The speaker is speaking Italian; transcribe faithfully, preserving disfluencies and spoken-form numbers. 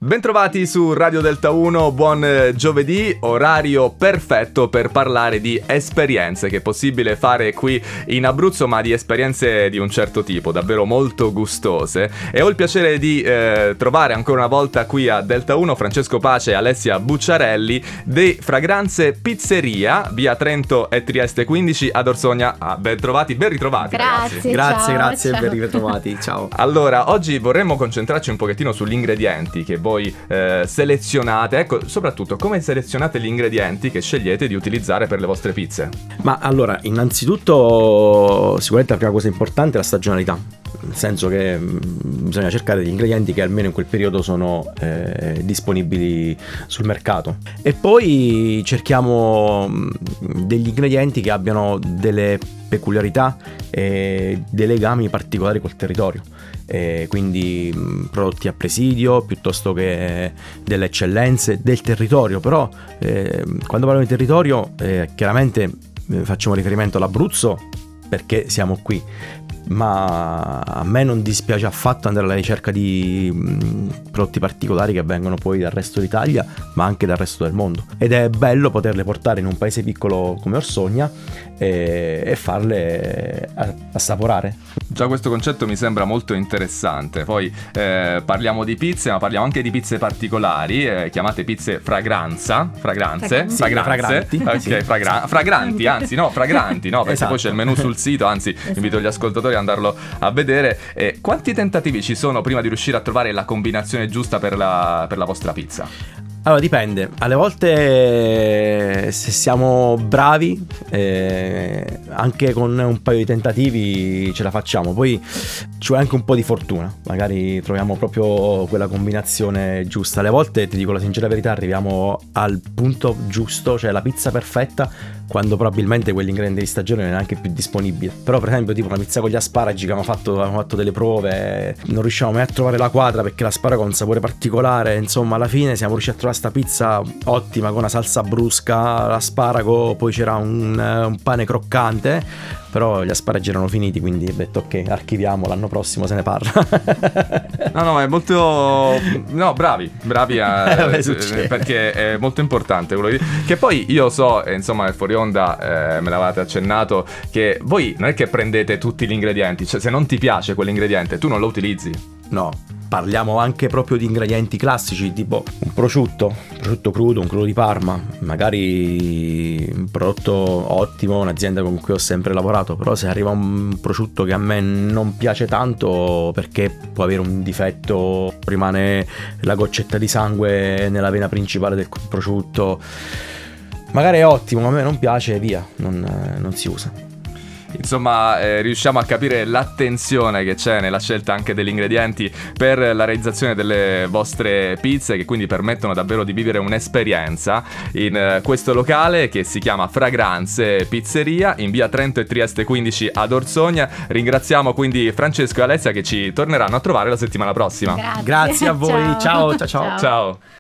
Bentrovati su Radio Delta uno, buon giovedì, orario perfetto per parlare di esperienze che è possibile fare qui in Abruzzo, ma di esperienze di un certo tipo, davvero molto gustose. E ho il piacere di eh, trovare ancora una volta qui a Delta uno Francesco Pace e Alessia Bucciarelli dei Fragranze Pizzeria, via Trento e Trieste quindici ad Orsogna. Ah, ben trovati, ben ritrovati. Grazie, ragazzi. grazie, Ciao, grazie, ciao. ben ritrovati, ciao. Allora, oggi vorremmo concentrarci un pochettino sugli ingredienti che voi eh, selezionate. Ecco, soprattutto come selezionate gli ingredienti che scegliete di utilizzare per le vostre pizze? Ma allora, innanzitutto, sicuramente la prima cosa importante è la stagionalità. Nel senso che mh, bisogna cercare degli ingredienti che almeno in quel periodo sono eh, disponibili sul mercato. E poi cerchiamo mh, degli ingredienti che abbiano delle peculiarità e dei legami particolari col territorio. E quindi mh, prodotti a presidio piuttosto che delle eccellenze del territorio. Però eh, quando parliamo di territorio eh, chiaramente eh, facciamo riferimento all'Abruzzo perché siamo qui, ma a me non dispiace affatto andare alla ricerca di mh, prodotti particolari che vengono poi dal resto d'Italia, ma anche dal resto del mondo, ed è bello poterle portare in un paese piccolo come Orsogna e, e farle assaporare. Già questo concetto mi sembra molto interessante. Poi eh, parliamo di pizze, ma parliamo anche di pizze particolari, eh, chiamate pizze fragranza, fragranze, Sì, fragranze, fragranti. ok, Sì. fragra- fragranti, anzi no, fragranti, no, perché Esatto. poi c'è il menù sul sito, anzi invito gli ascoltatori ad andarlo a vedere. Eh, quanti tentativi ci sono prima di riuscire a trovare la combinazione giusta per la, per la vostra pizza? Allora dipende, alle volte se siamo bravi eh, anche con un paio di tentativi ce la facciamo, poi ci vuole anche un po' di fortuna, magari troviamo proprio quella combinazione giusta. Alle volte, ti dico la sincera verità, arriviamo al punto giusto, cioè la pizza perfetta, quando probabilmente quell'ingrediente di stagione non è neanche più disponibile. Però per esempio tipo una pizza con gli asparagi che abbiamo fatto, abbiamo fatto delle prove, non riusciamo mai a trovare la quadra perché l'asparago ha un sapore particolare, insomma alla fine siamo riusciti a trovare sta pizza ottima con una salsa brusca, l'asparago, poi c'era un, un pane croccante, però gli asparagi erano finiti, quindi ho detto ok, archiviamo, l'anno prossimo se ne parla. No, no, è molto... No, bravi, bravi a... Eh, succede. perché è molto importante quello che... che poi io so, eh, insomma, fuori onda eh, me l'avete accennato, che voi non è che prendete tutti gli ingredienti, cioè se non ti piace quell'ingrediente tu non lo utilizzi. No, parliamo anche proprio di ingredienti classici, tipo un prosciutto, un prosciutto crudo, un crudo di Parma, magari un prodotto ottimo, un'azienda con cui ho sempre lavorato, però se arriva un prosciutto che a me non piace tanto perché può avere un difetto, rimane la goccetta di sangue nella vena principale del prosciutto, magari è ottimo, ma a me non piace, via, non, non si usa. Insomma, eh, riusciamo a capire l'attenzione che c'è nella scelta anche degli ingredienti per la realizzazione delle vostre pizze, che quindi permettono davvero di vivere un'esperienza in eh, questo locale che si chiama Fragranze Pizzeria in via Trento e Trieste quindici ad Orsogna. Ringraziamo quindi Francesco e Alessia che ci torneranno a trovare la settimana prossima. Grazie. Grazie a voi, ciao, ciao, ciao. Ciao.